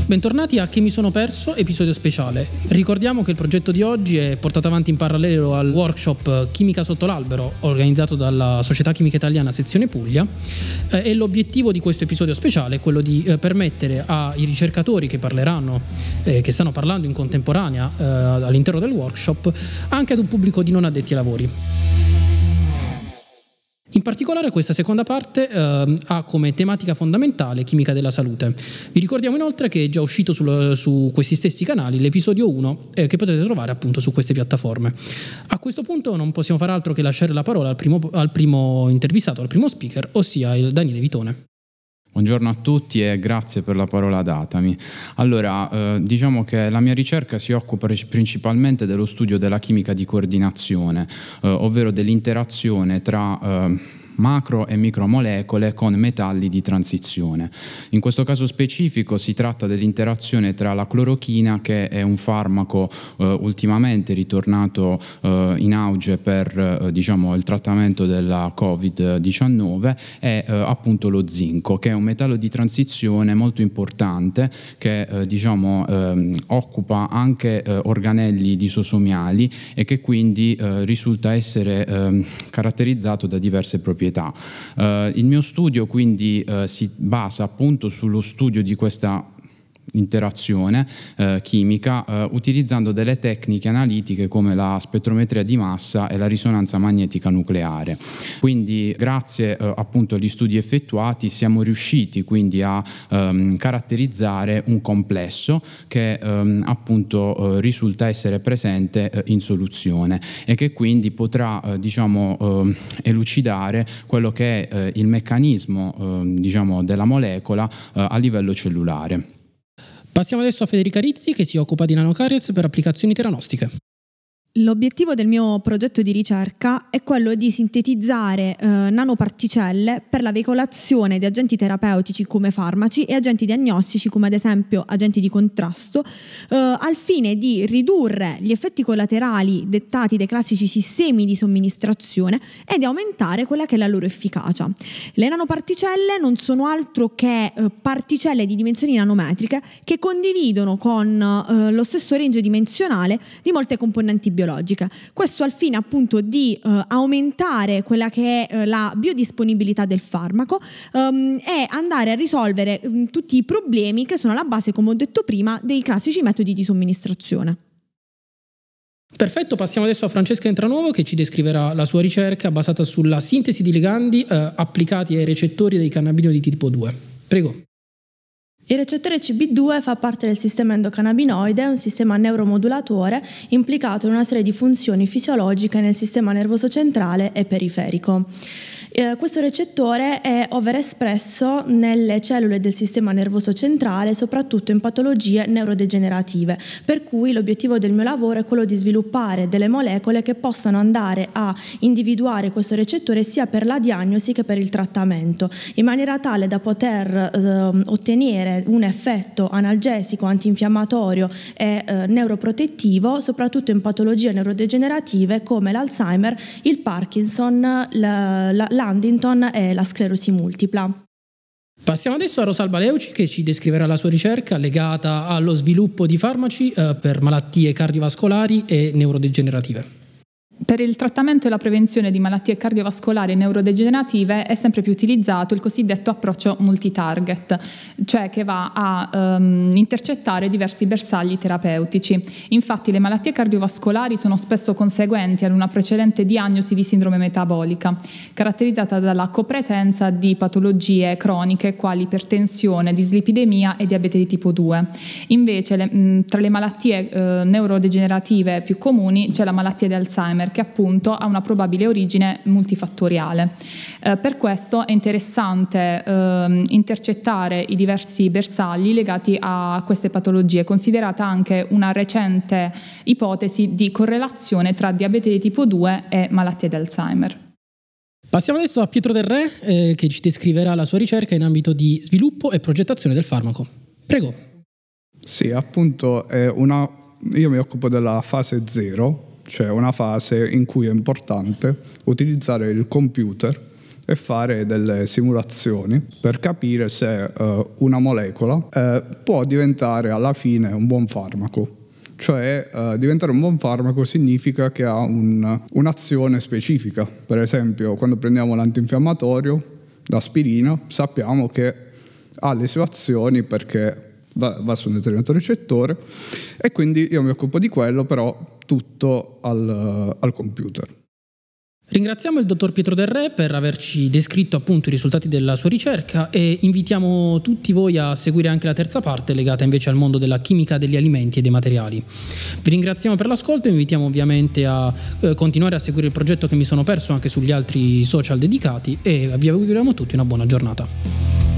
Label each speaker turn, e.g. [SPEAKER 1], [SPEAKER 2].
[SPEAKER 1] Bentornati a Che mi sono perso, episodio speciale. Ricordiamo che il progetto di oggi è portato avanti in parallelo al workshop Chimica sotto l'albero, organizzato dalla Società Chimica Italiana sezione Puglia, e l'obiettivo di questo episodio speciale è quello di permettere ai ricercatori che parleranno, che stanno parlando in contemporanea all'interno del workshop, anche ad un pubblico di non addetti ai lavori. In particolare questa seconda parte ha come tematica fondamentale chimica della salute. Vi ricordiamo inoltre che è già uscito su questi stessi canali l'episodio 1 che potete trovare appunto su queste piattaforme. A questo punto non possiamo fare altro che lasciare la parola al primo intervistato, al primo speaker, ossia il Daniele Vitone.
[SPEAKER 2] Buongiorno a tutti e grazie per la parola datami. Allora, diciamo che la mia ricerca si occupa principalmente dello studio della chimica di coordinazione, ovvero dell'interazione tra macro e micromolecole con metalli di transizione. In questo caso specifico si tratta dell'interazione tra la clorochina, che è un farmaco ultimamente ritornato in auge per il trattamento della Covid-19, e appunto lo zinco, che è un metallo di transizione molto importante che occupa anche organelli lisosomiali e che quindi risulta essere caratterizzato da diverse proprietà. Il mio studio quindi si basa appunto sullo studio di questa interazione chimica utilizzando delle tecniche analitiche come la spettrometria di massa e la risonanza magnetica nucleare. Quindi grazie appunto agli studi effettuati siamo riusciti quindi a caratterizzare un complesso che appunto risulta essere presente in soluzione e che quindi potrà elucidare quello che è il meccanismo della molecola a livello cellulare.
[SPEAKER 1] Passiamo adesso a Federica Rizzi, che si occupa di nanocaries per applicazioni teranostiche.
[SPEAKER 3] L'obiettivo del mio progetto di ricerca è quello di sintetizzare nanoparticelle per la veicolazione di agenti terapeutici come farmaci e agenti diagnostici come ad esempio agenti di contrasto, al fine di ridurre gli effetti collaterali dettati dai classici sistemi di somministrazione e di aumentare quella che è la loro efficacia. Le nanoparticelle non sono altro che particelle di dimensioni nanometriche che condividono con lo stesso range dimensionale di molte componenti biologiche. Questo al fine appunto di aumentare quella che è la biodisponibilità del farmaco e andare a risolvere tutti i problemi che sono alla base, come ho detto prima, dei classici metodi di somministrazione.
[SPEAKER 1] Perfetto, passiamo adesso a Francesca Entranuovo, che ci descriverà la sua ricerca basata sulla sintesi di ligandi applicati ai recettori dei cannabinoidi di tipo 2. Prego.
[SPEAKER 4] Il recettore CB2 fa parte del sistema endocannabinoide, un sistema neuromodulatore implicato in una serie di funzioni fisiologiche nel sistema nervoso centrale e periferico. Questo recettore è overespresso nelle cellule del sistema nervoso centrale, soprattutto in patologie neurodegenerative, per cui l'obiettivo del mio lavoro è quello di sviluppare delle molecole che possano andare a individuare questo recettore sia per la diagnosi che per il trattamento, in maniera tale da poter ottenere un effetto analgesico, antinfiammatorio e neuroprotettivo, soprattutto in patologie neurodegenerative come l'Alzheimer, il Parkinson, l'Huntington e la sclerosi multipla.
[SPEAKER 1] Passiamo adesso a Rosalba Leuci, che ci descriverà la sua ricerca legata allo sviluppo di farmaci per malattie cardiovascolari e neurodegenerative.
[SPEAKER 5] Per il trattamento e la prevenzione di malattie cardiovascolari e neurodegenerative è sempre più utilizzato il cosiddetto approccio multitarget, cioè che va a intercettare diversi bersagli terapeutici. Infatti le malattie cardiovascolari sono spesso conseguenti ad una precedente diagnosi di sindrome metabolica, caratterizzata dalla copresenza di patologie croniche quali ipertensione, dislipidemia e diabete di tipo 2. Invece tra le malattie neurodegenerative più comuni c'è la malattia di Alzheimer, che appunto ha una probabile origine multifattoriale. Per questo è interessante intercettare i diversi bersagli legati a queste patologie, considerata anche una recente ipotesi di correlazione tra diabete di tipo 2 e malattie di Alzheimer.
[SPEAKER 1] Passiamo adesso a Pietro Del Re, che ci descriverà la sua ricerca in ambito di sviluppo e progettazione del farmaco. Prego.
[SPEAKER 6] Sì, appunto io mi occupo della fase 0, cioè una fase in cui è importante utilizzare il computer e fare delle simulazioni per capire se una molecola può diventare alla fine un buon farmaco. Cioè diventare un buon farmaco significa che ha un'azione specifica. Per esempio, quando prendiamo l'antinfiammatorio, l'aspirina, sappiamo che ha le sue azioni perché va su un determinato recettore, e quindi io mi occupo di quello, però tutto al computer.
[SPEAKER 1] Ringraziamo il dottor Pietro Del Re per averci descritto appunto i risultati della sua ricerca e invitiamo tutti voi a seguire anche la terza parte legata invece al mondo della chimica degli alimenti e dei materiali. Vi ringraziamo per l'ascolto e invitiamo ovviamente a continuare a seguire il progetto Che mi sono perso anche sugli altri social dedicati, e vi auguriamo a tutti una buona giornata.